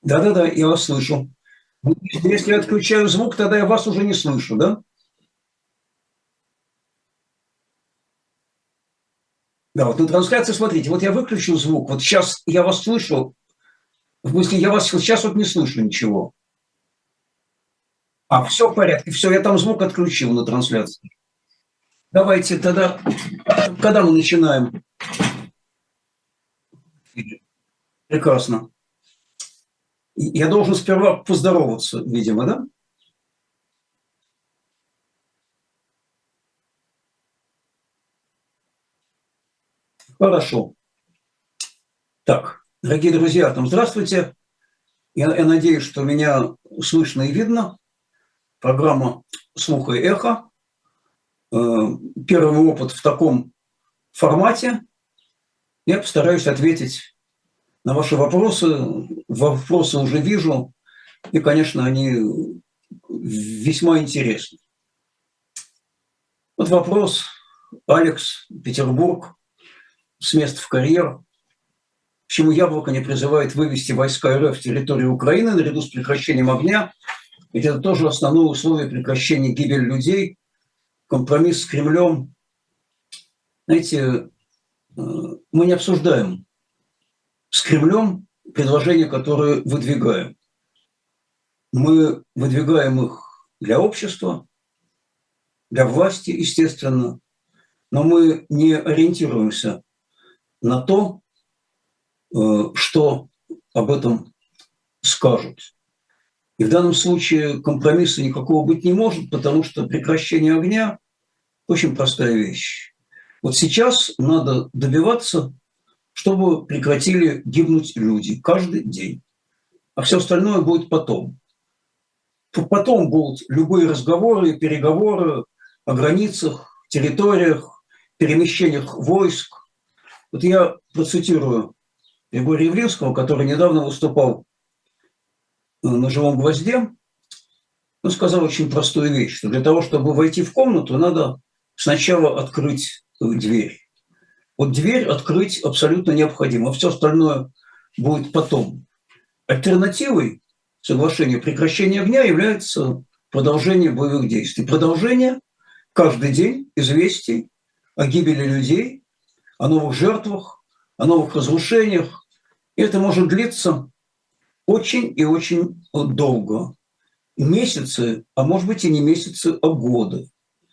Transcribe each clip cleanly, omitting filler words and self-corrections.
Да-да-да, я вас слышу. Если я отключаю звук, тогда я вас уже не слышу, да? Да, вот на трансляции, смотрите, вот я выключил звук, вот сейчас я вас слышу, в смысле, я вас сейчас вот не слышу ничего. А, все в порядке, все, я там звук отключил на трансляции. Давайте тогда, когда мы начинаем? Прекрасно. Я должен сперва поздороваться, видимо, да? Хорошо. Так, дорогие друзья, там здравствуйте. Я надеюсь, что меня слышно и видно. Программа «Слух и эхо». Первый опыт в таком формате. Я постараюсь ответить на ваши вопросы. Вопросы уже вижу, и, конечно, они весьма интересны. Вот вопрос. Алекс, Петербург, с места в карьер. Почему Яблоко не призывает вывести войска РФ в территорию Украины наряду с прекращением огня? Ведь это тоже основное условие прекращения гибели людей. Компромисс с Кремлем. Знаете, мы не обсуждаем с Кремлем предложения, которые выдвигаем. Мы выдвигаем их для общества, для власти, естественно, но мы не ориентируемся на то, что об этом скажут. И в данном случае компромисса никакого быть не может, потому что прекращение огня – очень простая вещь. Вот сейчас надо добиваться, чтобы прекратили гибнуть люди каждый день. А все остальное будет потом. Потом будут любые разговоры, переговоры о границах, территориях, перемещениях войск. Вот я процитирую Григория Явлинского, который недавно выступал на «Живом гвозде». Он сказал очень простую вещь, что для того, чтобы войти в комнату, надо сначала открыть дверь. Вот дверь открыть абсолютно необходимо, а все остальное будет потом. Альтернативой соглашению прекращения огня является продолжение боевых действий. Продолжение каждый день известий о гибели людей, о новых жертвах, о новых разрушениях. И это может длиться очень и очень долго. Месяцы, а может быть и не месяцы, а годы.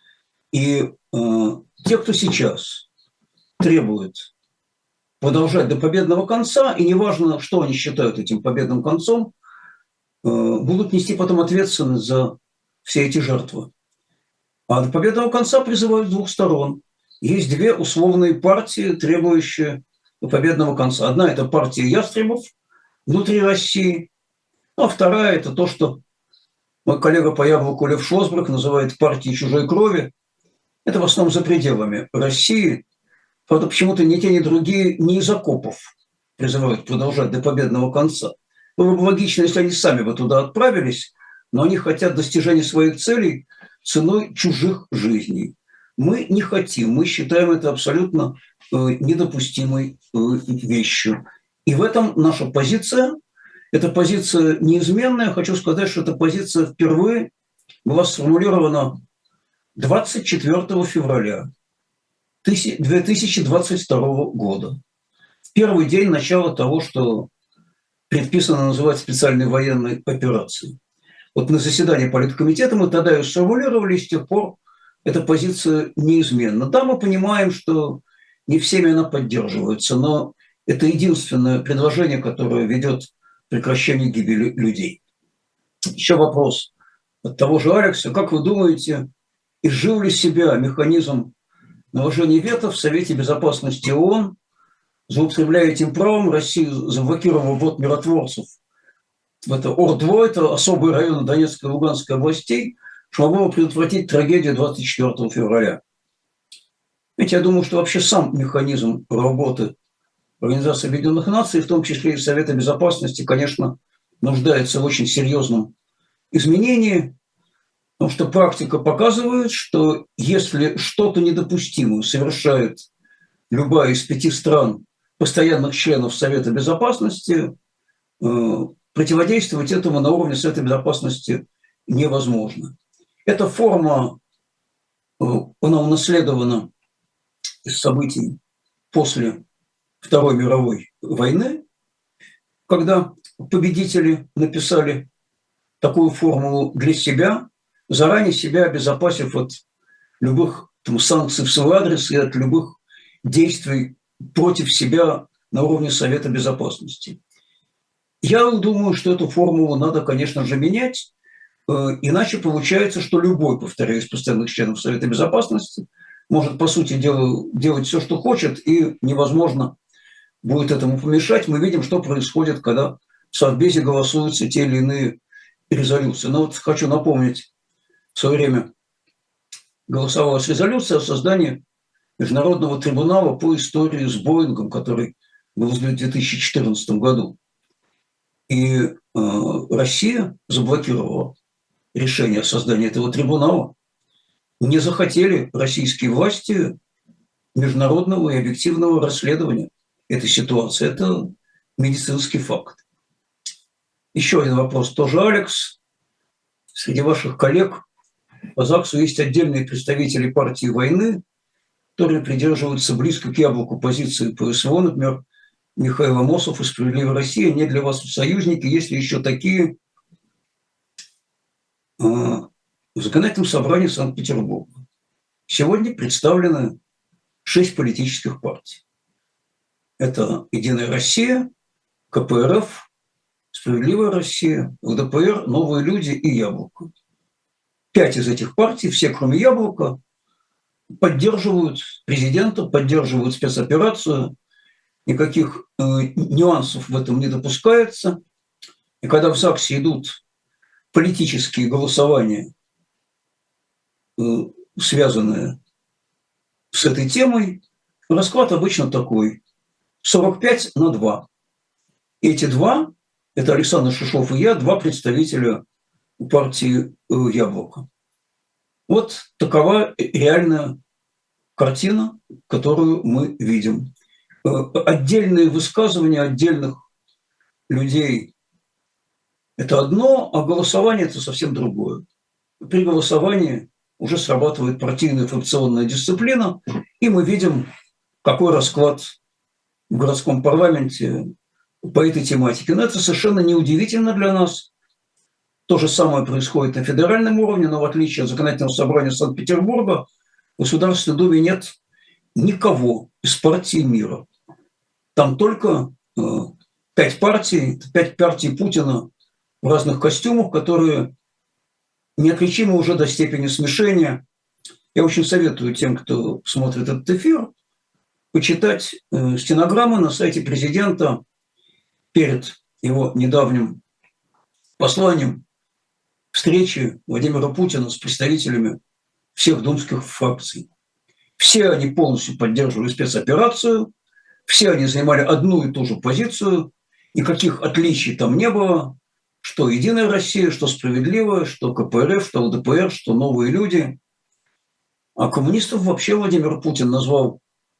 И те, кто сейчас требует продолжать до победного конца, и неважно, что они считают этим победным концом, будут нести потом ответственность за все эти жертвы. А до победного конца призывают с двух сторон. Есть две условные партии, требующие до победного конца. Одна – это партия ястребов внутри России, а вторая – это то, что мой коллега по Яблоку Лев Шлосберг называет партией чужой крови. Это в основном за пределами России. Правда, почему-то ни те, ни другие не из окопов призывают продолжать до победного конца. Было бы логично, если они сами бы туда отправились, но они хотят достижения своих целей ценой чужих жизней. Мы не хотим, мы считаем это абсолютно недопустимой вещью. И в этом наша позиция. Эта позиция неизменная. Хочу сказать, что эта позиция впервые была сформулирована 24 февраля 2022 года. В первый день начала того, что предписано называть специальной военной операцией. Вот на заседании Политкомитета мы тогда ее сформулировали, и с тех пор эта позиция неизменна. Да, мы понимаем, что не всеми она поддерживается, но это единственное предложение, которое ведет к прекращению гибели людей. Еще вопрос от того же Алекса. Как вы думаете, изжил ли себя механизм наложения вето в Совете Безопасности ООН, злоупотребляя этим правом, Россия заблокировала ввод миротворцев в это ОР-2, это особые районы Донецкой и Луганской областей, что могло предотвратить трагедию 24 февраля. Ведь я думаю, что вообще сам механизм работы Организации Объединенных Наций, в том числе и Совета Безопасности, конечно, нуждается в очень серьезном изменении, потому что практика показывает, что если что-то недопустимое совершает любая из 5 стран, постоянных членов Совета Безопасности, противодействовать этому на уровне Совета Безопасности невозможно. Эта форма, она унаследована из событий после Второй мировой войны, когда победители написали такую формулу для себя, заранее себя обезопасив от любых санкций в свой адрес и от любых действий против себя на уровне Совета Безопасности. Я думаю, что эту формулу надо, конечно же, менять, иначе получается, что любой, повторяю, из постоянных членов Совета Безопасности может, по сути дела, делать все, что хочет, и невозможно будет этому помешать. Мы видим, что происходит, когда в Совбезе голосуются те или иные резолюции. Но вот хочу напомнить, в свое время голосовалась резолюция о создании Международного трибунала по истории с Боингом, который был создан в 2014 году. И Россия заблокировала решение о создании этого трибунала. Не захотели российские власти международного и объективного расследования этой ситуации. Это медицинский факт. Еще один вопрос. Тоже Алекс. Среди ваших коллег по ЗАГСу есть отдельные представители партии войны, которые придерживаются близко к яблоку позиции ПСВО, например, Михаил Амосов и «Справедливая Россия» не для вас союзники, если еще такие в законодательном собрании Санкт-Петербурга. Сегодня представлены 6 политических партий. Это «Единая Россия», КПРФ, «Справедливая Россия», ЛДПР, «Новые люди» и «Яблоко». 5 из этих партий, все кроме «Яблока», поддерживают президента, поддерживают спецоперацию, никаких нюансов в этом не допускается. И когда в ЗАГСе идут политические голосования, связанные с этой темой, расклад обычно такой: 45-2. Эти два, это Александр Шишов и я, два представителя партии «Яблоко». Вот такова реальная картина, которую мы видим. Отдельные высказывания отдельных людей – это одно, а голосование – это совсем другое. При голосовании уже срабатывает партийная фракционная дисциплина, и мы видим, какой расклад в городском парламенте по этой тематике. Но это совершенно неудивительно для нас. То же самое происходит на федеральном уровне, но в отличие от законодательного собрания Санкт-Петербурга, в Государственной Думе нет никого из партий мира. Там только 5 партий, 5 партий Путина в разных костюмах, которые неотличимы уже до степени смешения. Я очень советую тем, кто смотрит этот эфир, почитать стенограммы на сайте президента перед его недавним посланием встречи Владимира Путина с представителями всех думских фракций. Все они полностью поддерживали спецоперацию, все они занимали одну и ту же позицию, никаких отличий там не было, что «Единая Россия», что «Справедливая», что КПРФ, что ЛДПР, что «Новые люди». А коммунистов вообще Владимир Путин назвал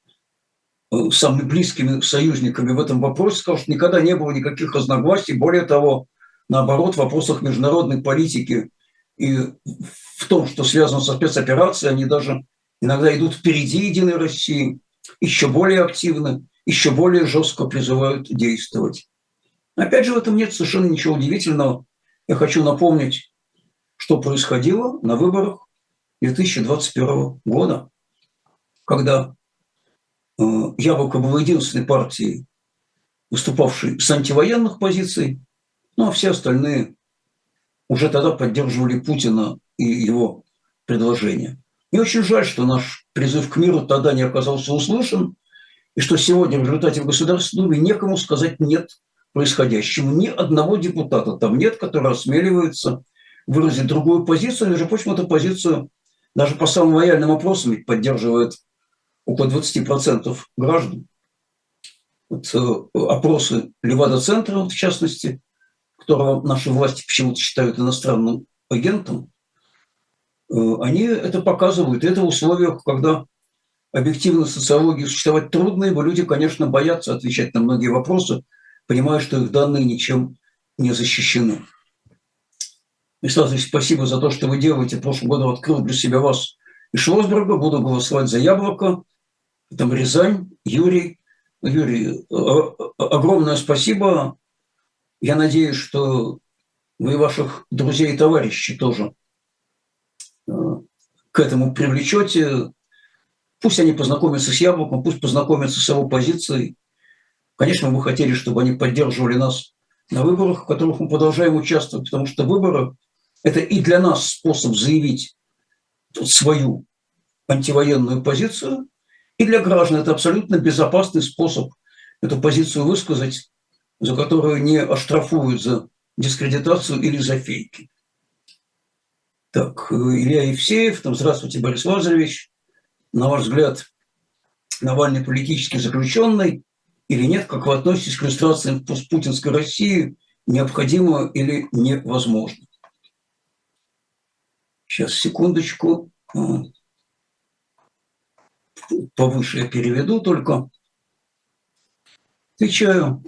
самыми близкими союзниками в этом вопросе, сказал, что никогда не было никаких разногласий, более того, наоборот, в вопросах международной политики и в том, что связано со спецоперацией, они даже иногда идут впереди «Единой России», еще более активно, еще более жестко призывают действовать. Опять же, в этом нет совершенно ничего удивительного. Я хочу напомнить, что происходило на выборах 2021 года, когда «Яблоко» было единственной партией, выступавшей с антивоенных позиций, ну а все остальные уже тогда поддерживали Путина и его предложения. Мне очень жаль, что наш призыв к миру тогда не оказался услышан, и что сегодня в результате в Государственной Думе некому сказать «нет» происходящему. Ни одного депутата там нет, который осмеливается выразить другую позицию. Между прочим, эту позицию даже по самым лояльным опросам ведь поддерживает около 20% граждан. Вот, опросы Левада-центра, в частности, которого наши власти почему-то считают иностранным агентом, они это показывают. И это в условиях, когда объективно социологию существовать трудно, ибо люди, конечно, боятся отвечать на многие вопросы, понимая, что их данные ничем не защищены. Мирослав Ильич, спасибо за то, что вы делаете. В прошлом году открыл для себя вас из Шлосберга. Буду голосовать за Яблоко. Там Рязань, Юрий. Юрий, огромное спасибо. Я надеюсь, что вы и ваших друзей и товарищей тоже к этому привлечете. Пусть они познакомятся с Яблоком, пусть познакомятся с его позицией. Конечно, мы бы хотели, чтобы они поддерживали нас на выборах, в которых мы продолжаем участвовать, потому что выборы – это и для нас способ заявить свою антивоенную позицию, и для граждан это абсолютно безопасный способ эту позицию высказать, за которую не оштрафуют за дискредитацию или за фейки. Так, Илья Евсеев, там, здравствуйте, Борис Лазаревич. На ваш взгляд, Навальный политически заключенный или нет? Как вы относитесь к иллюстрациям в постпутинской России? Необходимо или невозможно? Сейчас, секундочку. Повыше я переведу только. Отвечаю.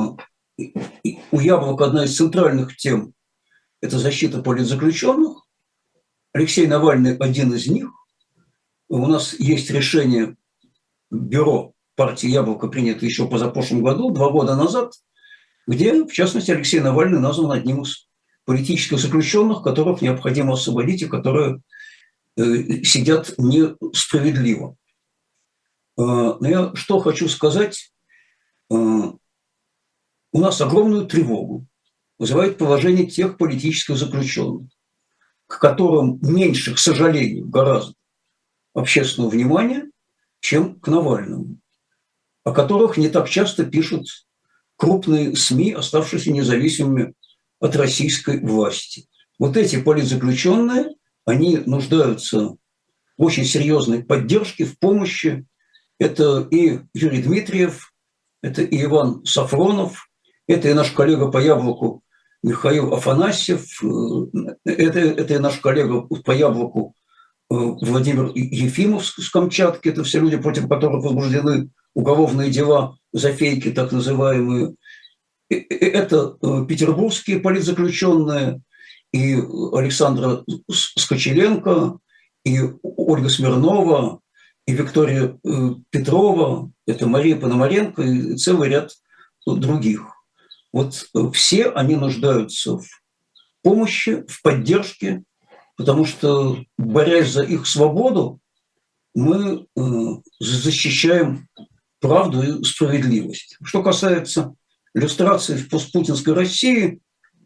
У Яблока одна из центральных тем – это защита политзаключенных. Алексей Навальный один из них. У нас есть решение бюро партии «Яблоко», принято еще позапрошлом году, 2 года назад, где, в частности, Алексей Навальный назван одним из политических заключенных, которых необходимо освободить и которые сидят несправедливо. Но я что хочу сказать, у нас огромную тревогу вызывает положение тех политических заключенных, к которым меньше, к сожалению, гораздо общественного внимания, чем к Навальному, о которых не так часто пишут крупные СМИ, оставшиеся независимыми от российской власти. Вот эти политзаключенные, они нуждаются в очень серьезной поддержке, в помощи. Это и Юрий Дмитриев, это и Иван Сафронов, это и наш коллега по Яблоку Михаил Афанасьев, это и наш коллега по Яблоку Владимир Ефимов с Камчатки. Это все люди, против которых возбуждены уголовные дела за фейки, так называемые. Это петербургские политзаключенные, и Александра Скочеленко, и Ольга Смирнова, и Виктория Петрова, это Мария Пономаренко и целый ряд других. Вот все они нуждаются в помощи, в поддержке, потому что, борясь за их свободу, мы защищаем правду и справедливость. Что касается иллюстрации в постпутинской России,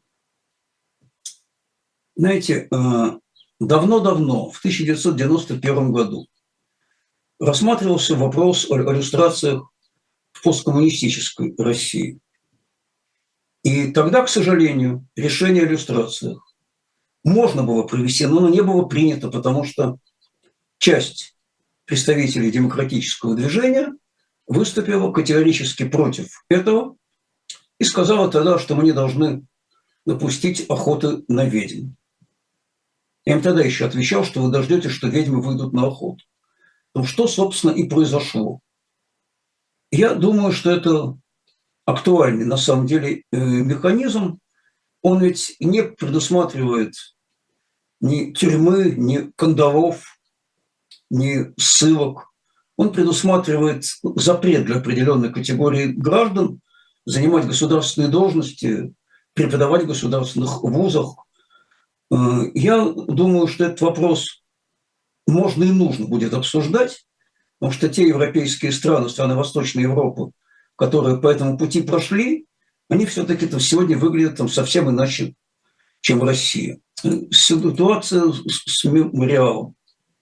знаете, давно-давно, в 1991 году, рассматривался вопрос о иллюстрациях в посткоммунистической России. И тогда, к сожалению, решение о иллюстрациях можно было провести, но оно не было принято, потому что часть представителей демократического движения выступила категорически против этого и сказала тогда, что мы не должны допустить охоты на ведьм. Я им тогда еще отвечал, что вы дождетесь, что ведьмы выйдут на охоту. Ну, что, собственно, и произошло. Я думаю, что это актуальный, на самом деле, механизм. Он ведь не предусматривает ни тюрьмы, ни кандалов, ни ссылок. Он предусматривает запрет для определенной категории граждан занимать государственные должности, преподавать в государственных вузах. Я думаю, что этот вопрос можно и нужно будет обсуждать, потому что те европейские страны, страны Восточной Европы, которые по этому пути прошли, они все-таки сегодня выглядят совсем иначе, чем Россия. Ситуация с мемориалом.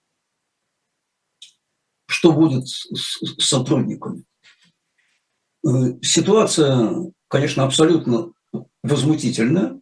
Что будет с сотрудниками? Ситуация, конечно, абсолютно возмутительная.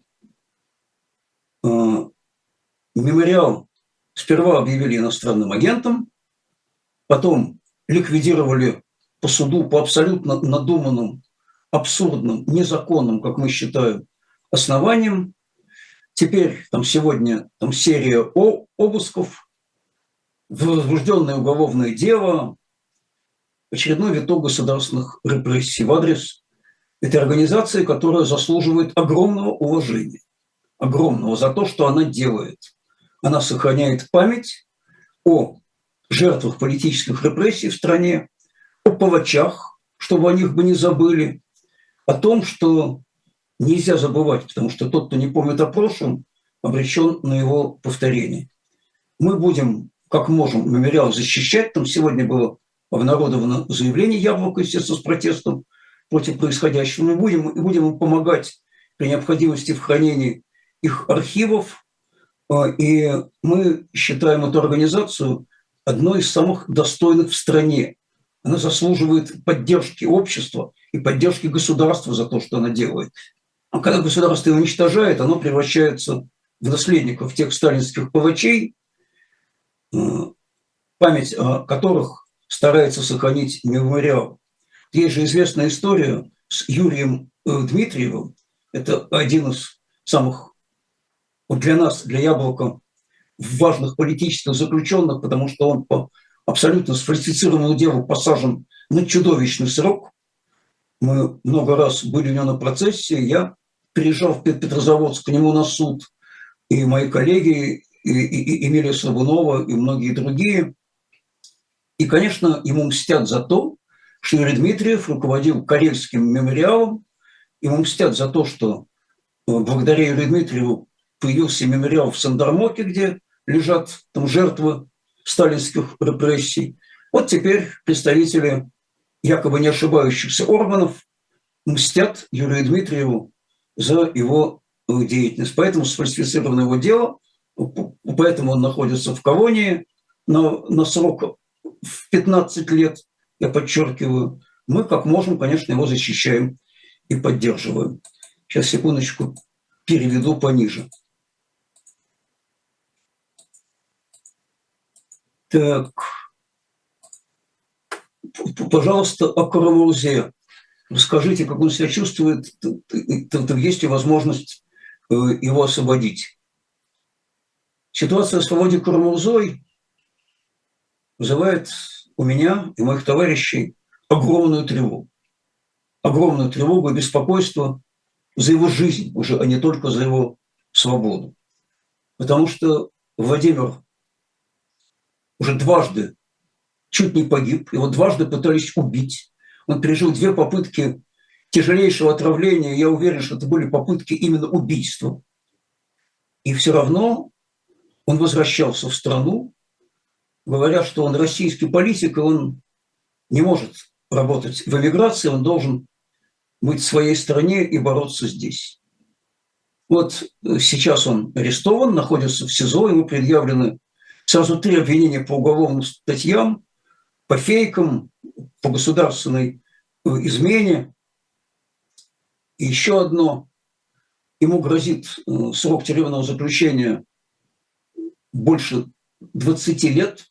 Мемориал сперва объявили иностранным агентом, потом ликвидировали по суду по абсолютно надуманным, абсурдным, незаконным, как мы считаем, основаниям. Теперь сегодня серия обысков, возбужденное уголовное дело, очередной виток государственных репрессий в адрес Это организация, которая заслуживает огромного уважения, огромного за то, что она делает. Она сохраняет память о жертвах политических репрессий в стране, о палачах, чтобы о них бы не забыли, о том, что нельзя забывать, потому что тот, кто не помнит о прошлом, обречен на его повторение. Мы будем, как можем, мемориал защищать. Там сегодня было обнародовано заявление Яблоко, естественно, с протестом против происходящего. Мы будем им помогать при необходимости в хранении их архивов. И мы считаем эту организацию одной из самых достойных в стране. Она заслуживает поддержки общества и поддержки государства за то, что она делает. А когда государство его уничтожает, оно превращается в наследников тех сталинских палачей, память о которых старается сохранить мемориал. Есть же известная история с Юрием Дмитриевым. Это один из самых, вот для нас, для Яблока, важных политических заключенных, потому что он по абсолютно сфальсифицированному делу посажен на чудовищный срок. Мы много раз были у него на процессе. Я приезжал в Петрозаводск к нему на суд, и мои коллеги, и Эмилия Слабунова, и многие другие. И, конечно, ему мстят за то, что Юрий Дмитриев руководил Карельским мемориалом. Ему мстят за то, что благодаря Юрию Дмитриеву появился мемориал в Сандармоке, где лежат там жертвы сталинских репрессий. Вот теперь представители якобы не ошибающихся органов мстят Юрию Дмитриеву за его деятельность. Поэтому сфальсифицировано его дело, поэтому он находится в колонии на срок в 15 лет, я подчеркиваю. Мы, как можем, конечно, его защищаем и поддерживаем. Сейчас, секундочку, переведу пониже. Так, пожалуйста, о Карамурзе. Расскажите, как он себя чувствует, есть ли возможность его освободить. Ситуация с Володей Карамурзой вызывает у меня и моих товарищей огромную тревогу. Огромную тревогу и беспокойство за его жизнь уже, а не только за его свободу. Потому что Владимир уже дважды чуть не погиб, его дважды пытались убить. Он пережил 2 попытки тяжелейшего отравления. Я уверен, что это были попытки именно убийства. И все равно он возвращался в страну, говоря, что он российский политик, и он не может работать в эмиграции, он должен быть в своей стране и бороться здесь. Вот сейчас он арестован, находится в СИЗО, ему предъявлены сразу 3 обвинения по уголовным статьям, по фейкам, по государственной измене. И еще одно. Ему грозит срок тюремного заключения больше 20 лет.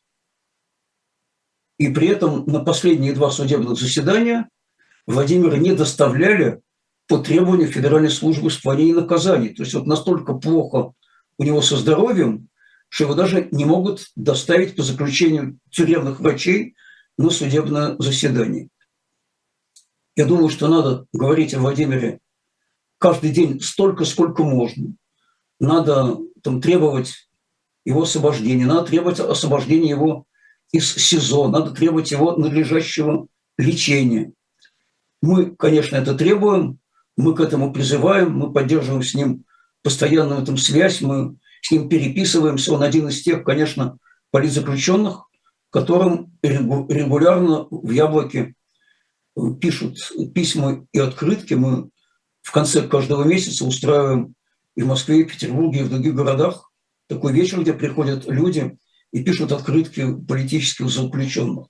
И при этом на последние 2 судебных заседания Владимира не доставляли по требованию Федеральной службы исполнения наказаний. То есть вот настолько плохо у него со здоровьем, что его даже не могут доставить по заключению тюремных врачей на судебное заседание. Я думаю, что надо говорить о Владимире каждый день столько, сколько можно. Надо там требовать его освобождения, надо требовать освобождения его из СИЗО, надо требовать его надлежащего лечения. Мы, конечно, это требуем, мы к этому призываем, мы поддерживаем с ним постоянную там связь, мы с ним переписываемся. Он один из тех, конечно, политзаключенных, которым регулярно в Яблоке пишут письма и открытки. Мы в конце каждого месяца устраиваем и в Москве, и в Петербурге, и в других городах такой вечер, где приходят люди и пишут открытки политических заключенных.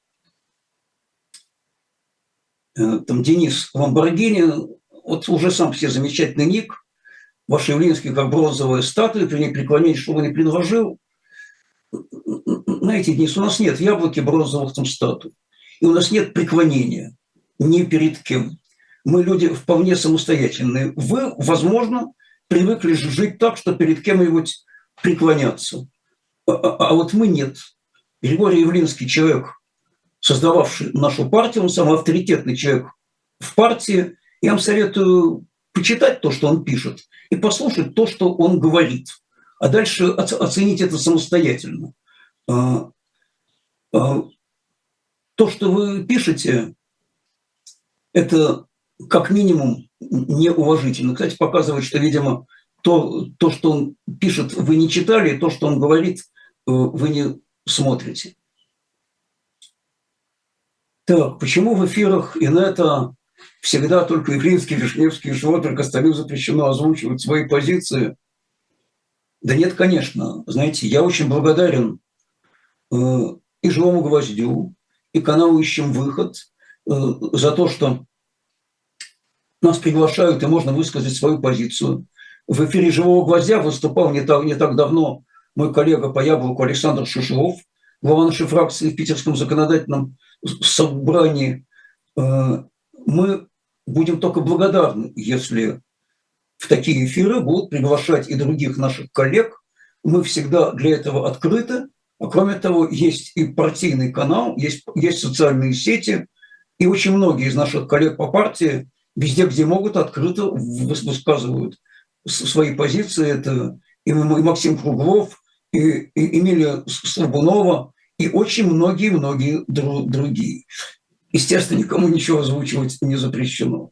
Там Денис Ламборгини, вот уже сам все замечательный ник, ваш Явлинский как бронзовая статуя, при ней преклонение, что вы не предложил. Знаете, Денис, у нас нет в Яблоке бронзовых там статуй. И у нас нет преклонения ни перед кем. Мы люди вполне самостоятельные. Вы, возможно, привыкли жить так, что перед кем-нибудь преклоняться. А вот мы нет. Григорий Явлинский человек, создававший нашу партию, он самый авторитетный человек в партии, Я вам советую почитать то, что он пишет, и послушать то, что он говорит, а дальше оценить это самостоятельно. То, что вы пишете, это как минимум неуважительно. Кстати, показывает, что, видимо, то, что он пишет, вы не читали, и то, что он говорит, вы не смотрите. Так, почему в эфирах Инета всегда только Ильинский, Вишневский и Шводрик, остальным запрещено озвучивать свои позиции? Да нет, конечно. Знаете, я очень благодарен и «Живому гвоздю», и каналу «Ищем выход» за то, что нас приглашают, и можно высказать свою позицию. В эфире «Живого гвоздя» выступал не так давно мой коллега по Яблоку Александр Шишелов, глава нашей фракции в Питерском законодательном собрании. Мы будем только благодарны, если в такие эфиры будут приглашать и других наших коллег. Мы всегда для этого открыты. А кроме того, есть и партийный канал, есть социальные сети, и очень многие из наших коллег по партии везде, где могут, открыто высказывают свои позиции. Это и Максим Круглов, и Эмилия Слабунова, и очень многие-многие другие. Естественно, никому ничего озвучивать не запрещено.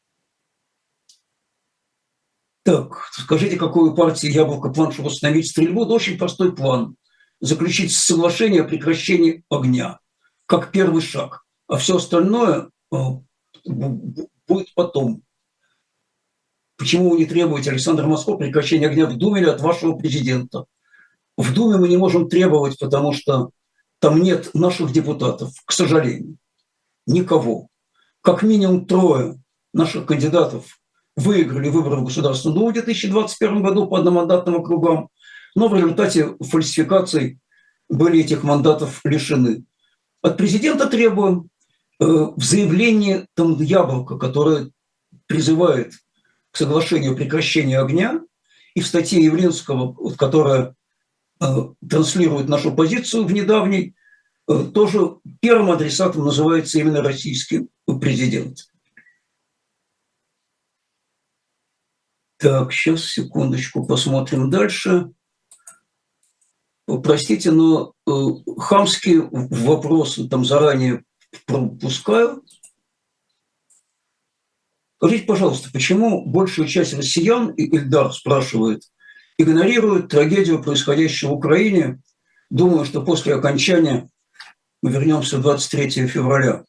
Так, скажите, какой у партии «Яблоко» план, чтобы остановить стрельбу? Да очень простой план. Заключить соглашение о прекращении огня, как первый шаг. А все остальное будет потом. Почему вы не требуете, Александр Москов, прекращения огня в Думе или от вашего президента? В Думе мы не можем требовать, потому что там нет наших депутатов, к сожалению. Никого. Как минимум 3 наших кандидатов выиграли выборы в Государственную Думу в 2021 году по одномандатным округам, но в результате фальсификаций были этих мандатов лишены. От президента требуем в заявлении там «Яблоко», которое призывает к соглашению о прекращении огня, и в статье Явлинского, которая транслирует нашу позицию в недавней, тоже первым адресатом называется именно российский президент. Так, сейчас, секундочку, посмотрим дальше. Простите, но хамские вопросы там заранее пропускаю. Скажите, пожалуйста, почему большую часть россиян, Ильдар спрашивает, игнорируют трагедию, происходящую в Украине, думая, что после окончания мы вернемся в 23 февраля?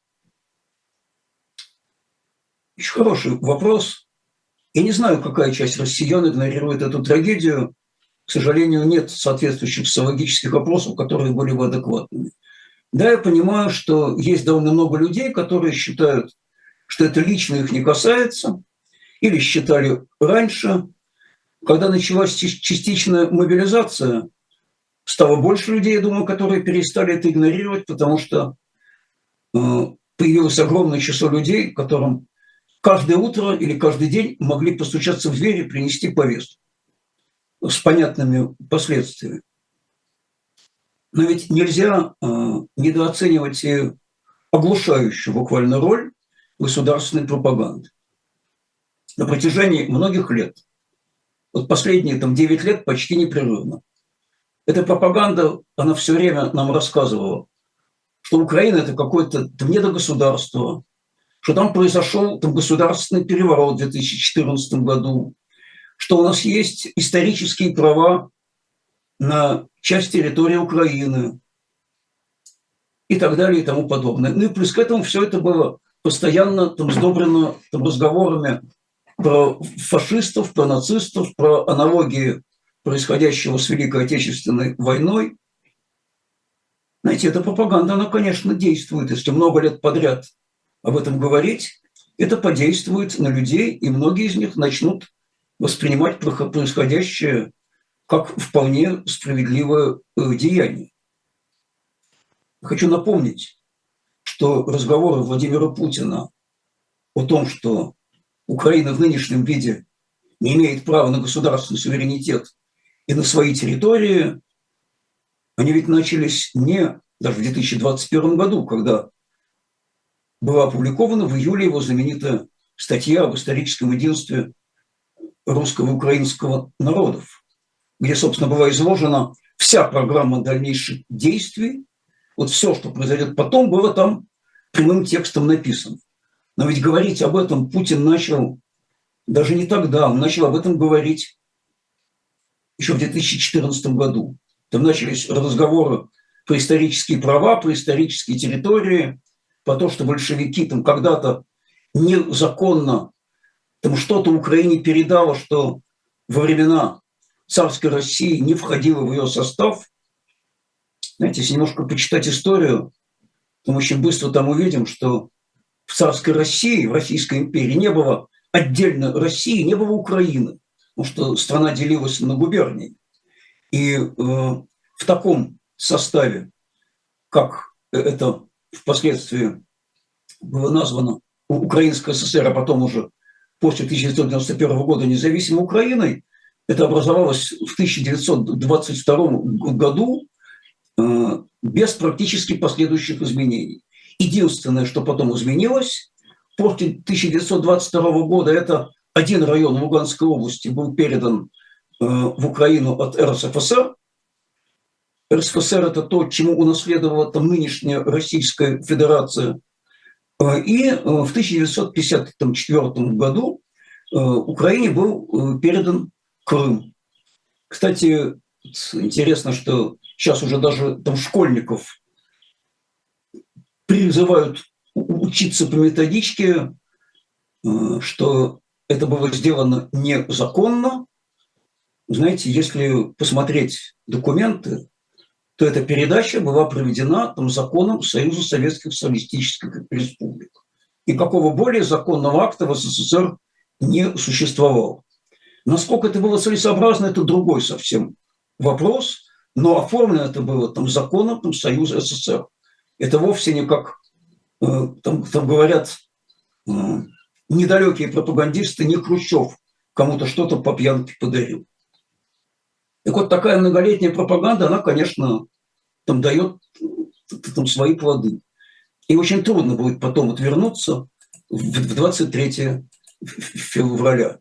Очень хороший вопрос. Я не знаю, какая часть россиян игнорирует эту трагедию. К сожалению, нет соответствующих социологических опросов, которые были бы адекватными. Да, я понимаю, что есть довольно много людей, которые считают, что это лично их не касается, или считали раньше. Когда началась частичная мобилизация, стало больше людей, я думаю, которые перестали это игнорировать, потому что появилось огромное число людей, которым каждое утро или каждый день могли постучаться в дверь и принести повестку с понятными последствиями. Но ведь нельзя недооценивать и оглушающую буквально роль государственной пропаганды. На протяжении многих лет, вот последние 9 лет почти непрерывно, эта пропаганда, она все время нам рассказывала, что Украина – это какое-то недогосударство, что там произошел государственный переворот в 2014 году, что у нас есть исторические права на часть территории Украины и так далее и тому подобное. Ну и плюс к этому все это было постоянно сдобрено разговорами про фашистов, про нацистов, про аналогии происходящего с Великой Отечественной войной. Знаете, эта пропаганда, она, конечно, действует. Если много лет подряд об этом говорить, это подействует на людей, и многие из них начнут воспринимать происходящее как вполне справедливое деяние. Хочу напомнить, что разговоры Владимира Путина о том, что Украина в нынешнем виде не имеет права на государственный суверенитет и на свои территории, они ведь начались не даже в 2021 году, когда была опубликована в июле его знаменитая статья об историческом единстве русского и украинского народов, где, собственно, была изложена вся программа дальнейших действий. Вот все, что произойдет потом, было там прямым текстом написано. Но ведь говорить об этом Путин начал даже не тогда, он начал об этом говорить еще в 2014 году. Там начались разговоры про исторические права, про исторические территории, про то, что большевики там когда-то незаконно там что-то Украине передало, что во времена царской России не входило в ее состав. Знаете, если немножко почитать историю, то мы очень быстро там увидим, что в царской России, в Российской империи не было отдельно России, не было Украины, потому что страна делилась на губернии. И в таком составе, как это впоследствии было названо Украинская ССР, а потом уже после 1991 года независимой Украиной, это образовалось в 1922 году без практически последующих изменений. Единственное, что потом изменилось, после 1922 года, это один район Луганской области был передан в Украину от РСФСР. РСФСР – это то, чему унаследовала там нынешняя Российская Федерация. И в 1954 году Украине был передан Крым. Кстати, интересно, что сейчас уже даже там школьников призывают учиться по методичке, что это было сделано незаконно. Знаете, если посмотреть документы, то эта передача была проведена там законом Союза Советских Социалистических Республик. Никакого более законного акта в СССР не существовало. Насколько это было целесообразно, это другой совсем вопрос, но оформлено это было там законом там, Союза СССР. Это вовсе не как, там говорят недалекие пропагандисты, не Хрущев кому-то что-то по пьянке подарил. Так вот, такая многолетняя пропаганда, она, конечно, там дает там свои плоды. И очень трудно будет потом отвернуться в 23 февраля.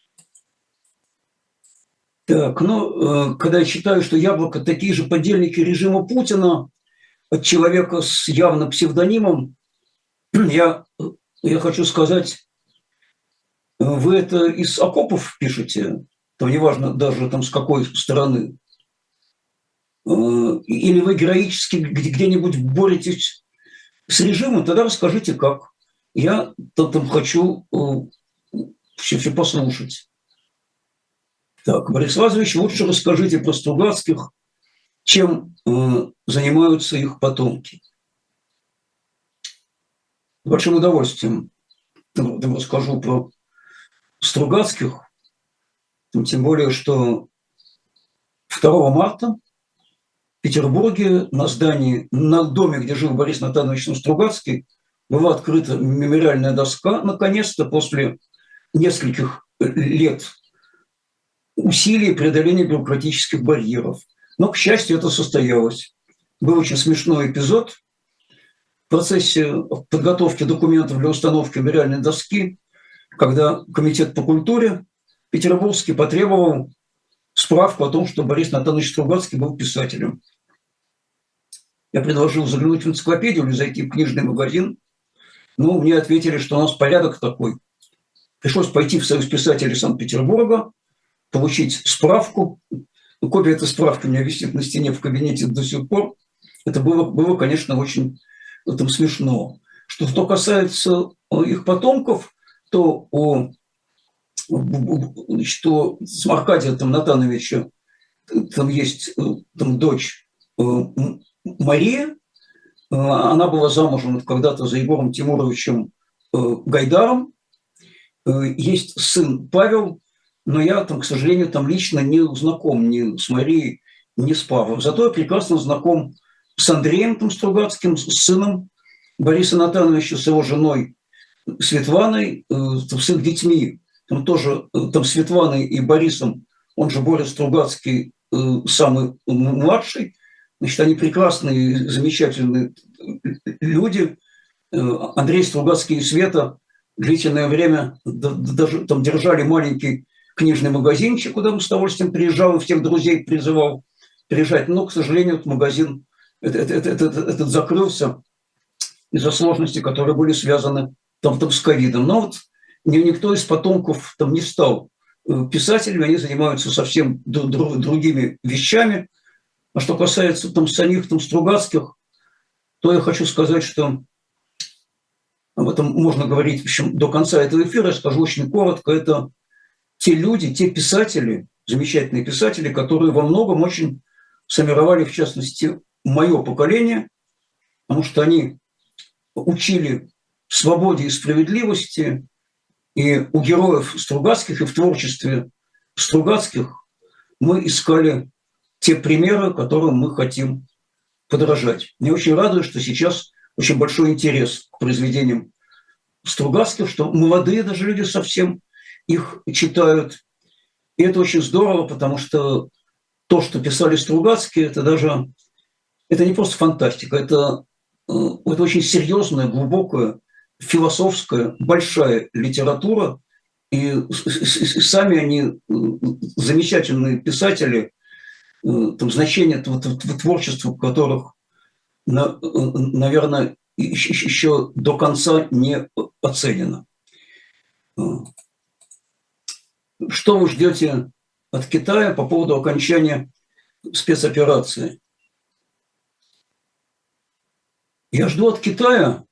Так, ну, когда я читаю, что Яблоко такие же подельники режима Путина, от человека с явно псевдонимом, я хочу сказать, вы это из окопов пишете, то неважно даже там с какой стороны, или вы героически где-нибудь боретесь с режимом, тогда расскажите как. Я там хочу все послушать. Так, Борис Лазаревич, лучше расскажите про Стругацких, чем занимаются их потомки. С большим удовольствием расскажу про Стругацких, тем более, что 2 марта в Петербурге на здании, на доме, где жил Борис Натанович Стругацкий, была открыта мемориальная доска, наконец-то, после нескольких лет усилий преодоления бюрократических барьеров. Но, к счастью, это состоялось. Был очень смешной эпизод. В процессе подготовки документов для установки мемориальной доски, когда Комитет по культуре петербургский потребовал справку о том, что Борис Натанович Стругацкий был писателем. Я предложил заглянуть в энциклопедию или зайти в книжный магазин. Но мне ответили, что у нас порядок такой. Пришлось пойти в Союз писателей Санкт-Петербурга, получить справку. Копия этой справки у меня висит на стене в кабинете до сих пор. Это было конечно, очень там, смешно. Что касается их потомков, то что с Аркадия Натановича там есть там, дочь Мария. Она была замужем когда-то за Егором Тимуровичем Гайдаром. Есть сын Павел, но я, там, к сожалению, там лично не знаком ни с Марией, ни с Павлом. Зато я прекрасно знаком с Андреем там, Стругацким, с сыном Бориса Натановича, с его женой Светланой, с их детьми. Там тоже там, Светланой и Борисом, он же Борис Стругацкий, самый младший. Значит, они прекрасные, замечательные люди. Андрей Стругацкий и Света длительное время даже там держали маленький книжный магазинчик, куда мы с удовольствием приезжал и всех друзей призывал приезжать. Но, к сожалению, этот магазин этот закрылся из-за сложностей, которые были связаны там с ковидом. Но вот никто из потомков там не стал писателями, они занимаются совсем другими вещами. А что касается там самих там Стругацких, то я хочу сказать, что об этом можно говорить в общем, до конца этого эфира, я скажу очень коротко. Это те люди, те писатели, замечательные писатели, которые во многом очень сформировали, в частности, мое поколение, потому что они учили свободе и справедливости, и у героев Стругацких, и в творчестве Стругацких мы искали те примеры, которым мы хотим подражать. Мне очень радует, что сейчас очень большой интерес к произведениям Стругацких, что молодые даже люди совсем их читают. И это очень здорово, потому что то, что писали Стругацкие, это не просто фантастика, это очень серьезная, глубокая, философская, большая литература. И сами они замечательные писатели, там, значение творчества которых, наверное, еще до конца не оценено. Что вы ждете от Китая по поводу окончания спецоперации? Я жду от Китая,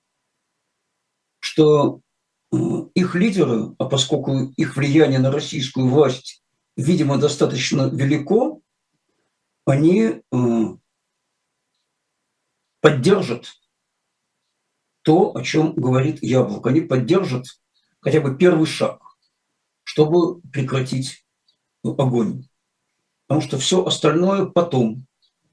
что их лидеры, а поскольку их влияние на российскую власть, видимо, достаточно велико, они поддержат то, о чем говорит Яблоко. Они поддержат хотя бы первый шаг, чтобы прекратить огонь. Потому что все остальное потом.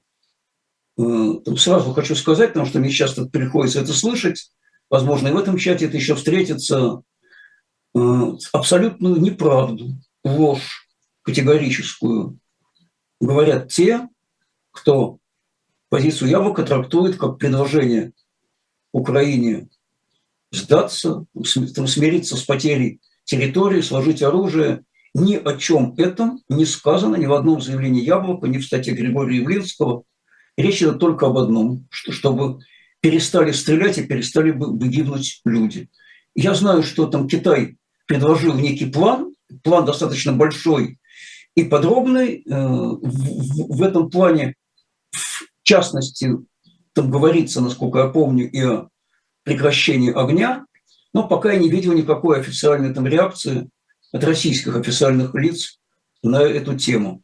Сразу хочу сказать, потому что мне часто приходится это слышать, возможно, и в этом чате это еще встретится, абсолютную неправду, ложь категорическую говорят те, кто позицию Яблока трактует как предложение Украине сдаться, смириться с потерей территории, сложить оружие. Ни о чем этом не сказано ни в одном заявлении Яблока, ни в статье Григория Явлинского. Речь идет только об одном, чтобы перестали стрелять и перестали бы гибнуть люди. Я знаю, что там Китай предложил некий план достаточно большой и подробный. В этом плане, в частности, там говорится, насколько я помню, и о прекращении огня, но пока я не видел никакой официальной там реакции от российских официальных лиц на эту тему.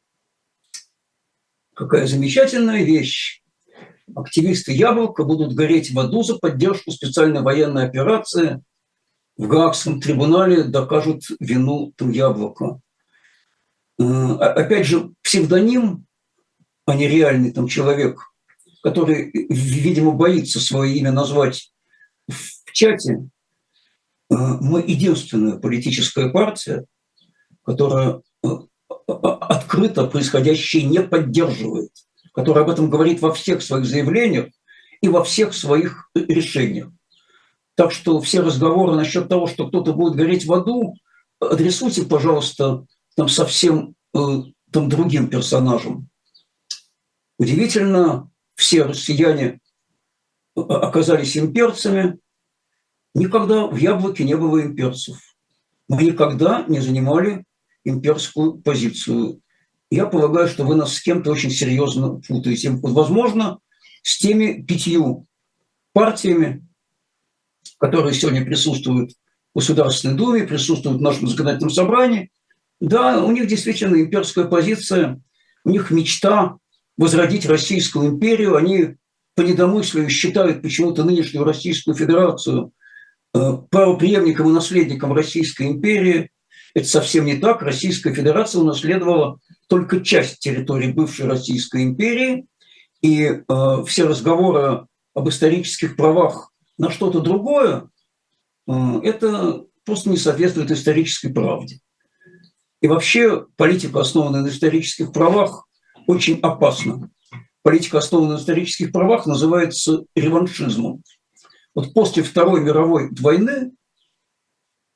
Какая замечательная вещь. Активисты Яблока будут гореть в аду за поддержку специальной военной операции. В Гаагском трибунале докажут вину там Яблока. Опять же, псевдоним, а не реальный там человек, который, видимо, боится свое имя назвать в чате. Мы единственная политическая партия, которая открыто происходящее не поддерживает, которая об этом говорит во всех своих заявлениях и во всех своих решениях. Так что все разговоры насчет того, что кто-то будет гореть в аду, адресуйте, пожалуйста, там совсем там другим персонажам. Удивительно, все россияне оказались имперцами. Никогда в Яблоке не было имперцев. Мы никогда не занимали имперскую позицию. Я полагаю, что вы нас с кем-то очень серьезно путаете. Возможно, с теми 5 партиями, которые сегодня присутствуют в Государственной Думе, присутствуют в нашем законодательном собрании. Да, у них действительно имперская позиция, у них мечта возродить Российскую империю. Они по недомыслию считают почему-то нынешнюю Российскую Федерацию правопреемником и наследником Российской империи. Это совсем не так. Российская Федерация унаследовала только часть территории бывшей Российской империи, и все разговоры об исторических правах на что-то другое, это просто не соответствует исторической правде. И вообще политика, основанная на исторических правах, очень опасна. Политика, основанная на исторических правах, называется реваншизмом. Вот после Второй мировой войны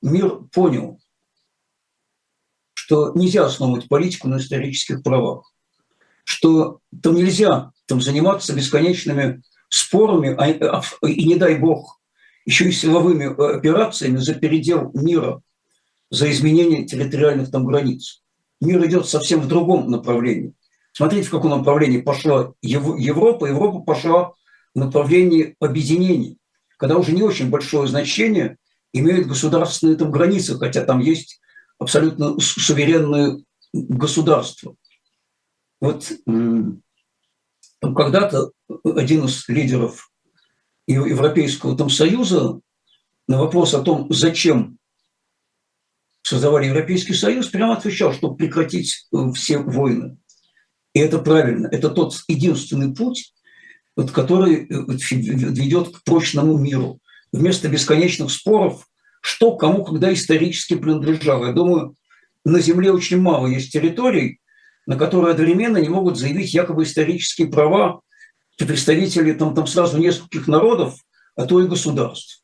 мир понял, что нельзя основывать политику на исторических правах, что там нельзя там заниматься бесконечными спорами, и не дай бог, еще и силовыми операциями за передел мира, за изменение территориальных там границ. Мир идет совсем в другом направлении. Смотрите, в каком направлении пошла Европа. Европа пошла в направлении объединений, когда уже не очень большое значение имеют государственные там границы, хотя там есть абсолютно суверенные государства. Вот когда-то один из лидеров Европейского там союза на вопрос о том, зачем создавали Европейский союз, прямо отвечал, чтобы прекратить все войны. И это правильно. Это тот единственный путь, вот, который ведет к прочному миру. Вместо бесконечных споров, что кому когда исторически принадлежало. Я думаю, на Земле очень мало есть территорий, на которые одновременно не могут заявить якобы исторические права представители там сразу нескольких народов, а то и государств.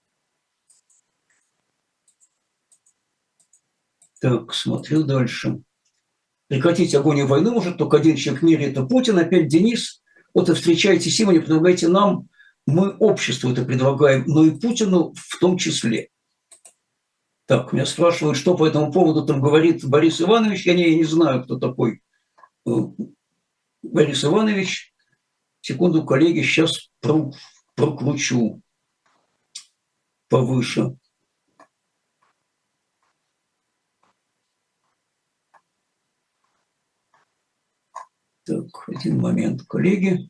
Так, смотрю дальше. Прекратить огонь и войну может только один человек в мире – это Путин. Опять Денис. Вот и встречаете Симоне, предлагаете нам, мы обществу это предлагаем, но и Путину в том числе. Так, меня спрашивают, что по этому поводу там говорит Борис Иванович. Я не знаю, кто такой Борис Иванович. Секунду, коллеги, сейчас прокручу повыше. Так, один момент, коллеги.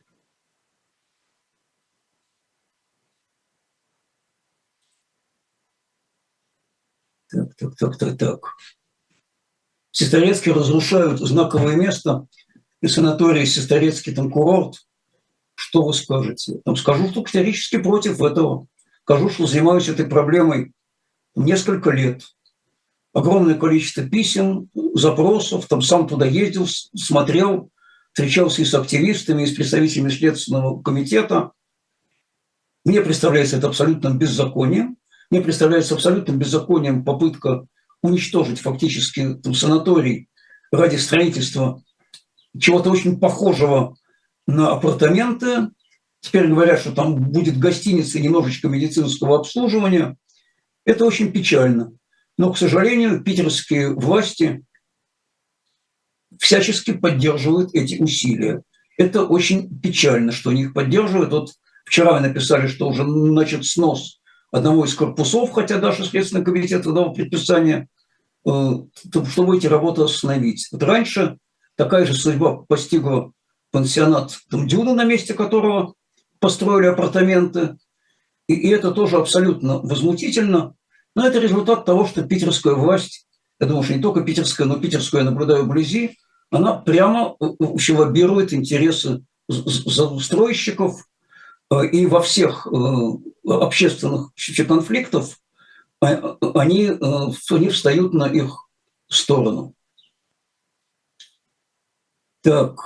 Так. Сестрорецкие разрушают знаковое место, и санаторий Сестрорецкий, там курорт. Что вы скажете? Там скажу, что категорически против этого. Скажу, что занимаюсь этой проблемой несколько лет. Огромное количество писем, запросов, там сам туда ездил, смотрел, встречался и с активистами, и с представителями Следственного комитета. Мне представляется это абсолютным беззаконием. Мне представляется абсолютным беззаконием попытка уничтожить фактически там, санаторий ради строительства чего-то очень похожего на апартаменты. Теперь говорят, что там будет гостиница и немножечко медицинского обслуживания. Это очень печально. Но, к сожалению, питерские власти всячески поддерживают эти усилия. Это очень печально, что они их поддерживают. Вот вчера вы написали, что уже начат снос одного из корпусов, хотя даже Следственный комитет дал предписание, чтобы эти работы остановить. Вот раньше такая же судьба постигла пансионат Дюна, на месте которого построили апартаменты. И это тоже абсолютно возмутительно. Но это результат того, что питерская власть, я думаю, что не только питерская, но питерскую я наблюдаю вблизи, она прямо лоббирует интересы застройщиков, и во всех общественных конфликтах они встают на их сторону. Так,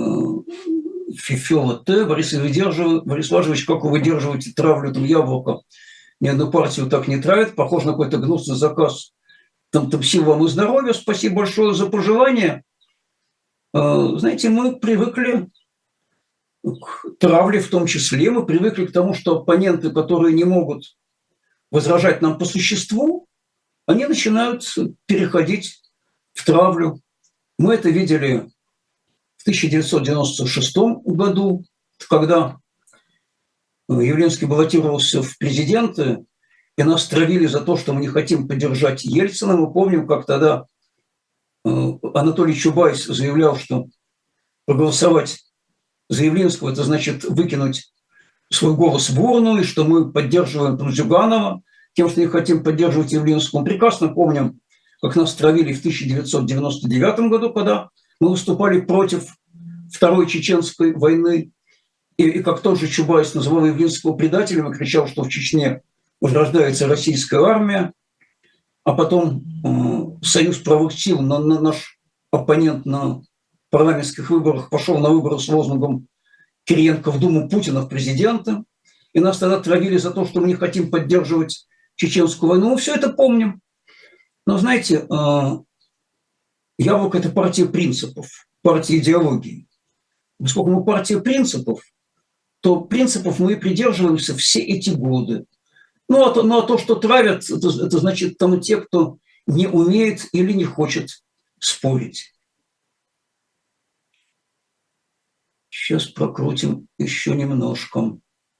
Фифела Т. Борис Владимирович, как вы выдерживаете травлю там яблоко? Ни одну партию так не травят. Похоже на какой-то гнусный заказ. Там сил вам и здоровья. Спасибо большое за пожелания. Знаете, мы привыкли к травле в том числе. Мы привыкли к тому, что оппоненты, которые не могут возражать нам по существу, они начинают переходить в травлю. Мы это видели в 1996 году, когда Явлинский баллотировался в президенты, и нас травили за то, что мы не хотим поддержать Ельцина. Мы помним, как тогда Анатолий Чубайс заявлял, что проголосовать за Явлинского – это значит выкинуть свой голос в урну, и что мы поддерживаем Зюганова тем, что не хотим поддерживать Явлинского. Мы прекрасно помним, как нас травили в 1999 году, когда мы выступали против Второй Чеченской войны, и как тот же Чубайс называл Явлинского предателем и кричал, что в Чечне возрождается российская армия, а потом Союз правых сил, наш оппонент на парламентских выборах, пошел на выборы с лозунгом «Кириенко в Думу, Путина в президенты», и нас тогда травили за то, что мы не хотим поддерживать Чеченскую войну. Мы все это помним. Но, знаете, Яблоко – это партия принципов, партия идеологии. Поскольку мы партия принципов, то принципов мы и придерживаемся все эти годы. А то, что травят, это значит там те, кто не умеет или не хочет спорить. Сейчас прокрутим еще немножко.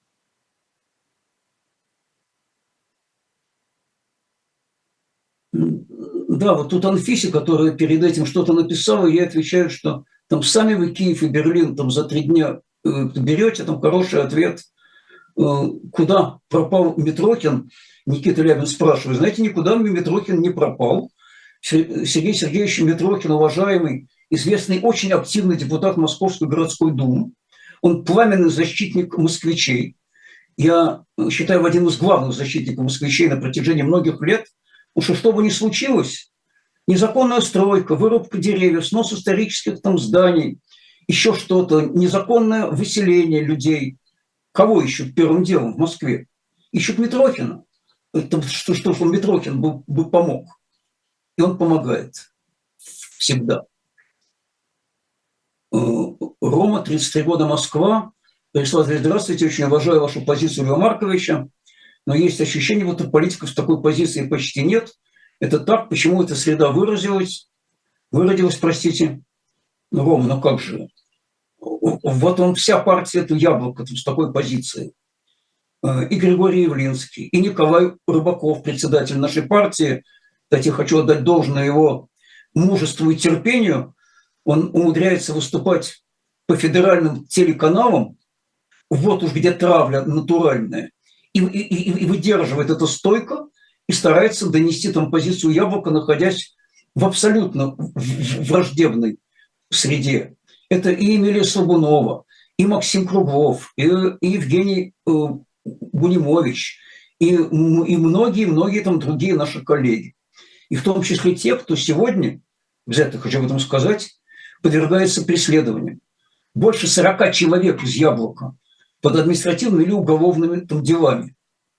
Да, вот тут Анфисе, которая перед этим что-то написала, ей отвечают, что там сами вы Киев и Берлин там за 3 дня берете, там хороший ответ. Куда пропал Митрохин? Никита Лябин спрашивает. Знаете, никуда Митрохин не пропал. Сергей Сергеевич Митрохин, уважаемый, известный, очень активный депутат Московской городской думы. Он пламенный защитник москвичей. Я считаю, один из главных защитников москвичей на протяжении многих лет. Потому что бы ни случилось, незаконная стройка, вырубка деревьев, снос исторических там зданий, еще что-то, незаконное выселение людей. Кого ищут первым делом в Москве? Ищут Митрохина. Что Митрохин бы помог. И он помогает. Всегда. Рома, 33 года, Москва. Пришла, говорит: здравствуйте, очень уважаю вашу позицию, Льва Марковича. Но есть ощущение, вот у политиков такой позиции почти нет. Это так, почему эта среда выродилась, простите. Рома, ну как же? Вот он, вся партия, это Яблоко с такой позицией. И Григорий Явлинский, и Николай Рыбаков, председатель нашей партии. Кстати, хочу отдать должное его мужеству и терпению. Он умудряется выступать по федеральным телеканалам, вот уж где травля натуральная, и выдерживает это стойко, и старается донести там позицию Яблока, находясь в абсолютно враждебной среде. Это и Эмилия Слабунова, и Максим Круглов, и Евгений Бунимович, и многие там другие наши коллеги. И в том числе те, кто сегодня, обязательно хочу об этом сказать, подвергается преследованию. Больше 40 человек из Яблока под административными или уголовными там делами.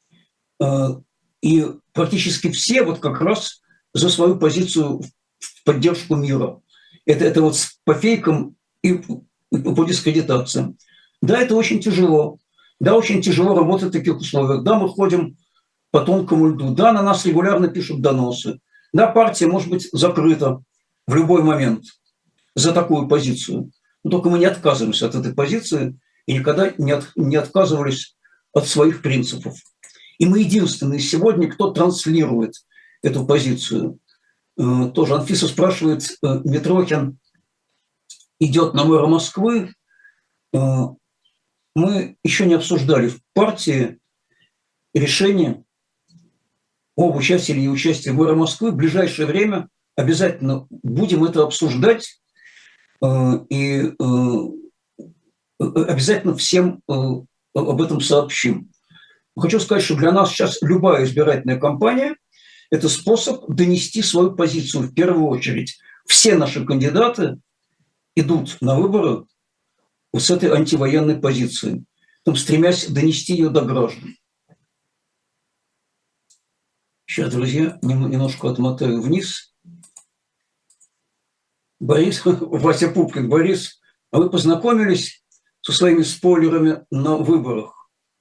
И практически все вот как раз за свою позицию в поддержку мира. Это вот по фейкам и по дискредитациям. Да, это очень тяжело. Да, очень тяжело работать в таких условиях. Да, мы ходим по тонкому льду. Да, на нас регулярно пишут доносы. Да, партия может быть закрыта в любой момент за такую позицию. Но только мы не отказываемся от этой позиции и никогда не отказывались от своих принципов. И мы единственные сегодня, кто транслирует эту позицию. Тоже Анфиса спрашивает, Митрохин идет на мэра Москвы. Мы еще не обсуждали в партии решение об участии или неучастии мэра Москвы. В ближайшее время обязательно будем это обсуждать и обязательно всем об этом сообщим. Хочу сказать, что для нас сейчас любая избирательная кампания – это способ донести свою позицию в первую очередь. Все наши кандидаты идут на выборы вот с этой антивоенной позицией, там, стремясь донести ее до граждан. Сейчас, друзья, немножко отмотаю вниз. Борис, Вася Пупкин, Борис, а вы познакомились со своими спойлерами на выборах?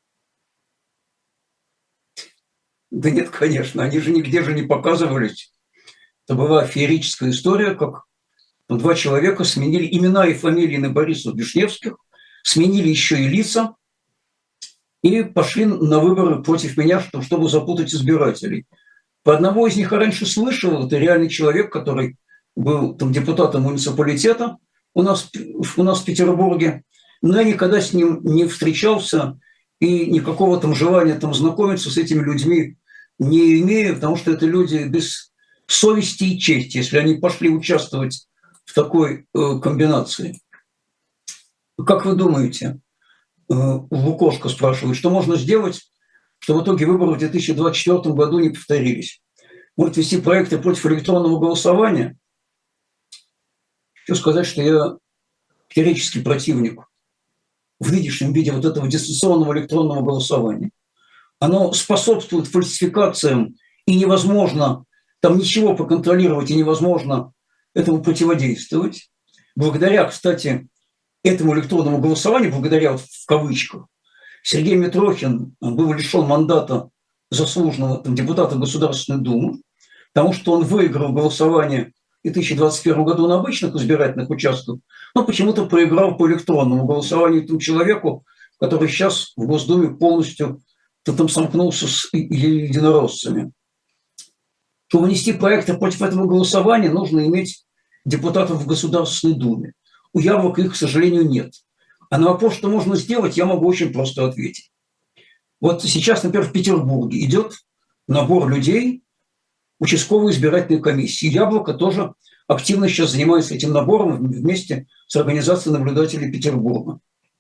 Да нет, конечно, они же нигде же не показывались. Это была феерическая история, как 2 человека сменили имена и фамилии на Борисов Вишневских, сменили еще и лица и пошли на выборы против меня, чтобы запутать избирателей. По одного из них я раньше слышал, это реальный человек, который был там депутатом муниципалитета у нас в Петербурге, но я никогда с ним не встречался и никакого там желания там знакомиться с этими людьми не имею, потому что это люди без совести и чести, если они пошли участвовать в такой комбинации. Как вы думаете, Лукошко спрашивает, что можно сделать, чтобы в итоге выборы в 2024 году не повторились? Может вести проекты против электронного голосования? Хочу сказать, что я категорический противник в нынешнем виде вот этого дистанционного электронного голосования. оно способствует фальсификациям, и невозможно там ничего проконтролировать, и невозможно этому противодействовать. Благодаря, кстати, этому электронному голосованию, благодаря вот в кавычках, Сергей Митрохин был лишен мандата заслуженного депутата Государственной Думы, потому что он выиграл голосование в 2021 году на обычных избирательных участках, но почему-то проиграл по электронному голосованию тому человеку, который сейчас в Госдуме полностью там сомкнулся с единороссами. Чтобы внести проекты против этого голосования, нужно иметь депутатов в Государственной Думе. У Яблока их, к сожалению, нет. А на вопрос, что можно сделать, я могу очень просто ответить. Вот сейчас, например, в Петербурге идет набор людей в участковой избирательной комиссии. Яблоко тоже активно сейчас занимается этим набором вместе с организацией наблюдателей Петербурга.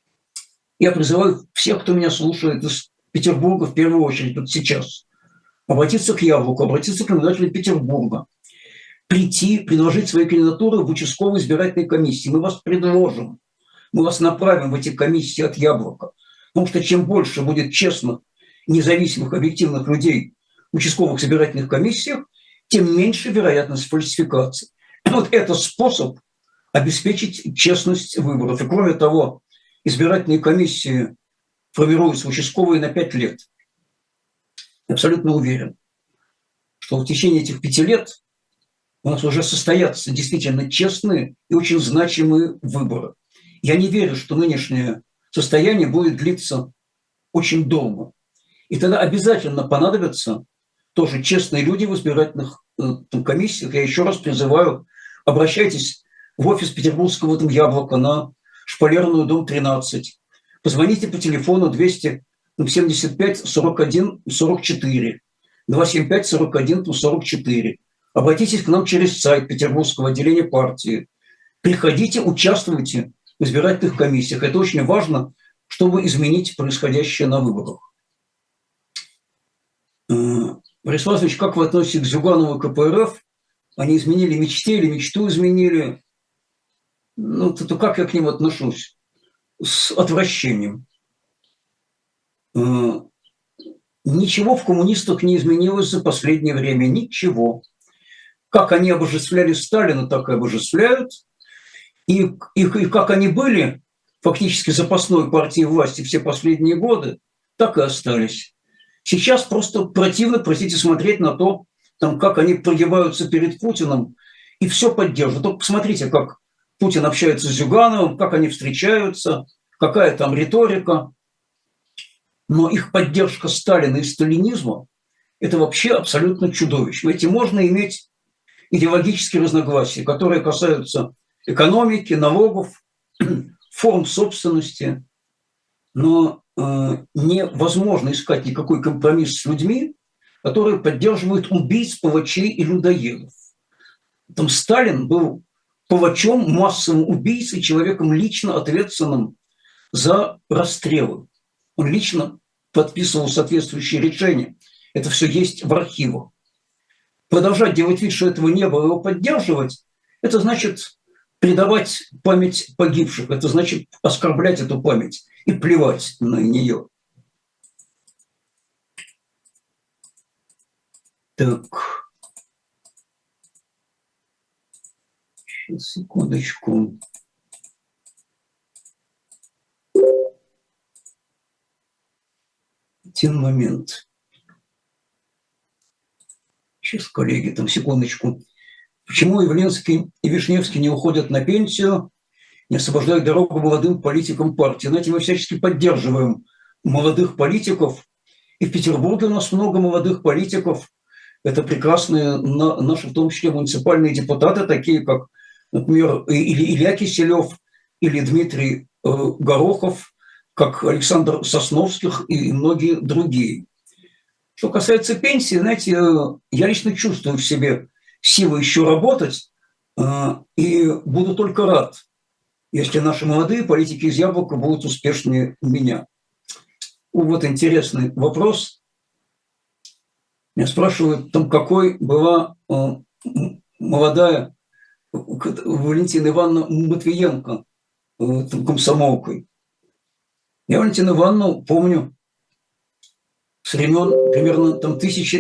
Я призываю всех, кто меня слушает из Петербурга, в первую очередь, вот сейчас, обратиться к Яблоку, обратиться к наблюдателям Петербурга, прийти, предложить свои кандидатуры в участковой избирательной комиссии. Мы вас предложим, мы вас направим в эти комиссии от Яблока. Потому что чем больше будет честных, независимых, объективных людей в участковых избирательных комиссиях, тем меньше вероятность фальсификации. Вот это способ обеспечить честность выборов. И кроме того, избирательные комиссии формируются участковые на 5 лет. Я абсолютно уверен, что в течение этих 5 лет у нас уже состоятся действительно честные и очень значимые выборы. Я не верю, что нынешнее состояние будет длиться очень долго. И тогда обязательно понадобятся тоже честные люди в избирательных комиссиях. Я еще раз призываю, обращайтесь в офис петербургского Яблока на Шпалерную, дом 13. Позвоните по телефону 275 41 44, 275 41 44. Обратитесь к нам через сайт Петербургского отделения партии. Приходите, участвуйте в избирательных комиссиях. Это очень важно, чтобы изменить происходящее на выборах. Борис Владимирович, как вы относитесь к Зюганову и КПРФ? Они изменили мечте или мечту изменили? Ну, то как я к ним отношусь? С отвращением. Ничего в коммунистах не изменилось за последнее время. Ничего. Как они обожествляли Сталина, так и обожествляют. И как они были фактически запасной партией власти все последние годы, так и остались. Сейчас просто противно, простите, смотреть на то, там, как они прогибаются перед Путиным и все поддерживают. Только посмотрите, как Путин общается с Зюгановым, как они встречаются, какая там риторика. Но их поддержка Сталина и сталинизма – это вообще абсолютно чудовищно. Эти можно иметь идеологические разногласия, которые касаются экономики, налогов, форм собственности, но невозможно искать никакой компромисс с людьми, которые поддерживают убийц, палачей и людоедов. Там Сталин был палачом, массовым убийцей, человеком лично ответственным за расстрелы. Он лично подписывал соответствующие решения. Это все есть в архивах. Продолжать делать вид, что этого не было, его поддерживать, это значит предавать память погибших, это значит оскорблять эту память и плевать на нее. Так. Сейчас, секундочку. Один момент. Сейчас, коллеги, там, секундочку. Почему Явлинский и Вишневский не уходят на пенсию, не освобождают дорогу молодым политикам партии? Знаете, мы всячески поддерживаем молодых политиков. И в Петербурге у нас много молодых политиков. Это прекрасные наши, в том числе, муниципальные депутаты, такие как, например, или Илья Киселев, или Дмитрий Горохов, как Александр Сосновских и многие другие. Что касается пенсии, знаете, я лично чувствую в себе силы еще работать и буду только рад, если наши молодые политики из Яблока будут успешнее меня. Вот интересный вопрос. Меня спрашивают, там, какой была молодая Валентина Ивановна Матвиенко комсомолкой. Я Валентину Ивановну помню с времен примерно там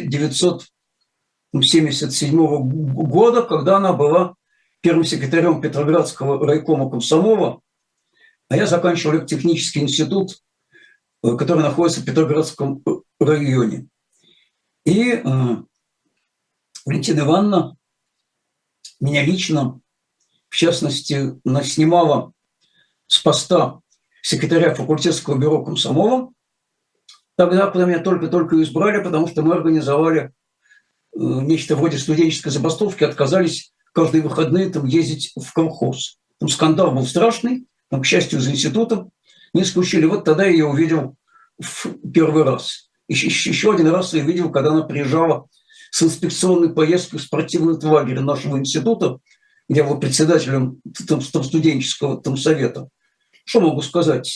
1977 года, когда она была первым секретарем Петроградского райкома комсомола, а я заканчивал технический институт, который находится в Петроградском районе. И Валентина Ивановна меня лично, в частности, снимала с поста секретаря факультетского бюро комсомола, тогда, когда меня только-только избрали, потому что мы организовали нечто вроде студенческой забастовки, отказались каждые выходные там ездить в колхоз. Там скандал был страшный, там, к счастью, из института не исключили. Вот тогда я ее увидел в первый раз. Еще один раз я видел, когда она приезжала с инспекционной поездкой в спортивный лагерь нашего института, где я был председателем там студенческого там совета. Что могу сказать?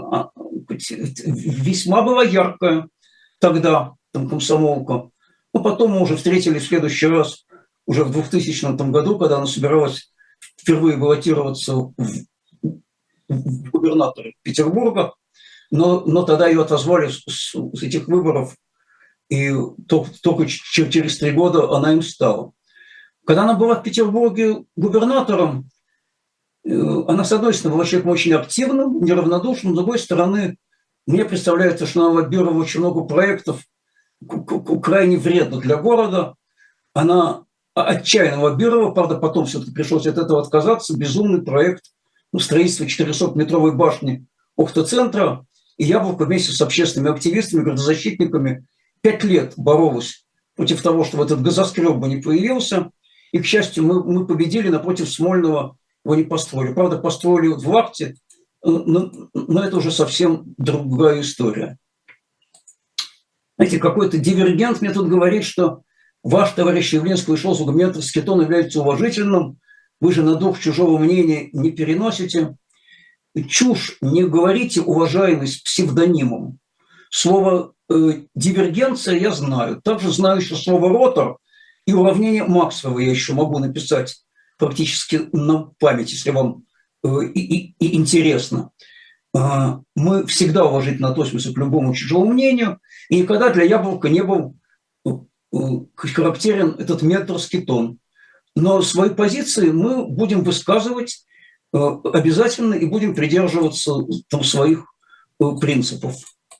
Весьма была яркая тогда там комсомолка. Но потом мы уже встретились в следующий раз, уже в 2000 году, когда она собиралась впервые баллотироваться в губернаторы Петербурга. Но тогда ее отозвали с этих выборов, и только через 3 года она им стала. Когда она была в Петербурге губернатором, она, с одной стороны, была человеком очень активным, неравнодушным, с другой стороны, мне представляется, что она лоббировала очень много проектов, крайне вредных для города. Она отчаянно лоббировала, правда, потом все-таки пришлось от этого отказаться. Безумный проект строительства 400-метровой башни Охта-центра. И Яблоко вместе с общественными активистами, градозащитниками 5 лет боролась против того, чтобы этот газоскреб бы не появился. И, к счастью, мы победили, напротив Смольного его не построили. Правда, построили в Лахте, но это уже совсем другая история. Знаете, какой-то дивергент мне тут говорит, что ваш товарищ Явлинский вышел с аргументом, что тон является уважительным, вы же на дух чужого мнения не переносите. Чушь, не говорите, уважаемый, с псевдонимом. Слово дивергенция я знаю. Также знаю еще слово ротор и уравнение Максвелла я еще могу написать практически на память, если вам и интересно. Мы всегда уважительно относимся к любому чужому мнению, и никогда для Яблока не был характерен этот менторский тон. Но свои позиции мы будем высказывать обязательно и будем придерживаться там своих принципов.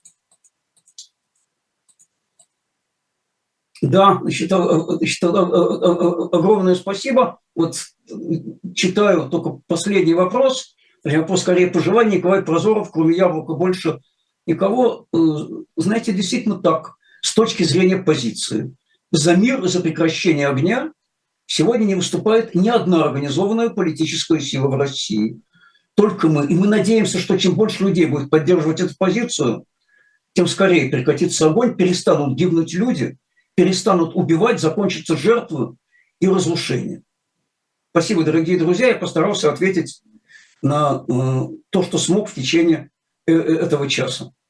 Да, значит, огромное спасибо. Вот читаю только последний вопрос. Вопрос скорее пожеланий. Николай Прозоров, кроме Яблока, больше никого. Знаете, действительно так, с точки зрения позиции. За мир и за прекращение огня сегодня не выступает ни одна организованная политическая сила в России. Только мы. И мы надеемся, что чем больше людей будет поддерживать эту позицию, тем скорее прекратится огонь, перестанут гибнуть люди, перестанут убивать, закончатся жертвы и разрушения. Спасибо, дорогие друзья. Я постарался ответить на то, что смог в течение этого часа.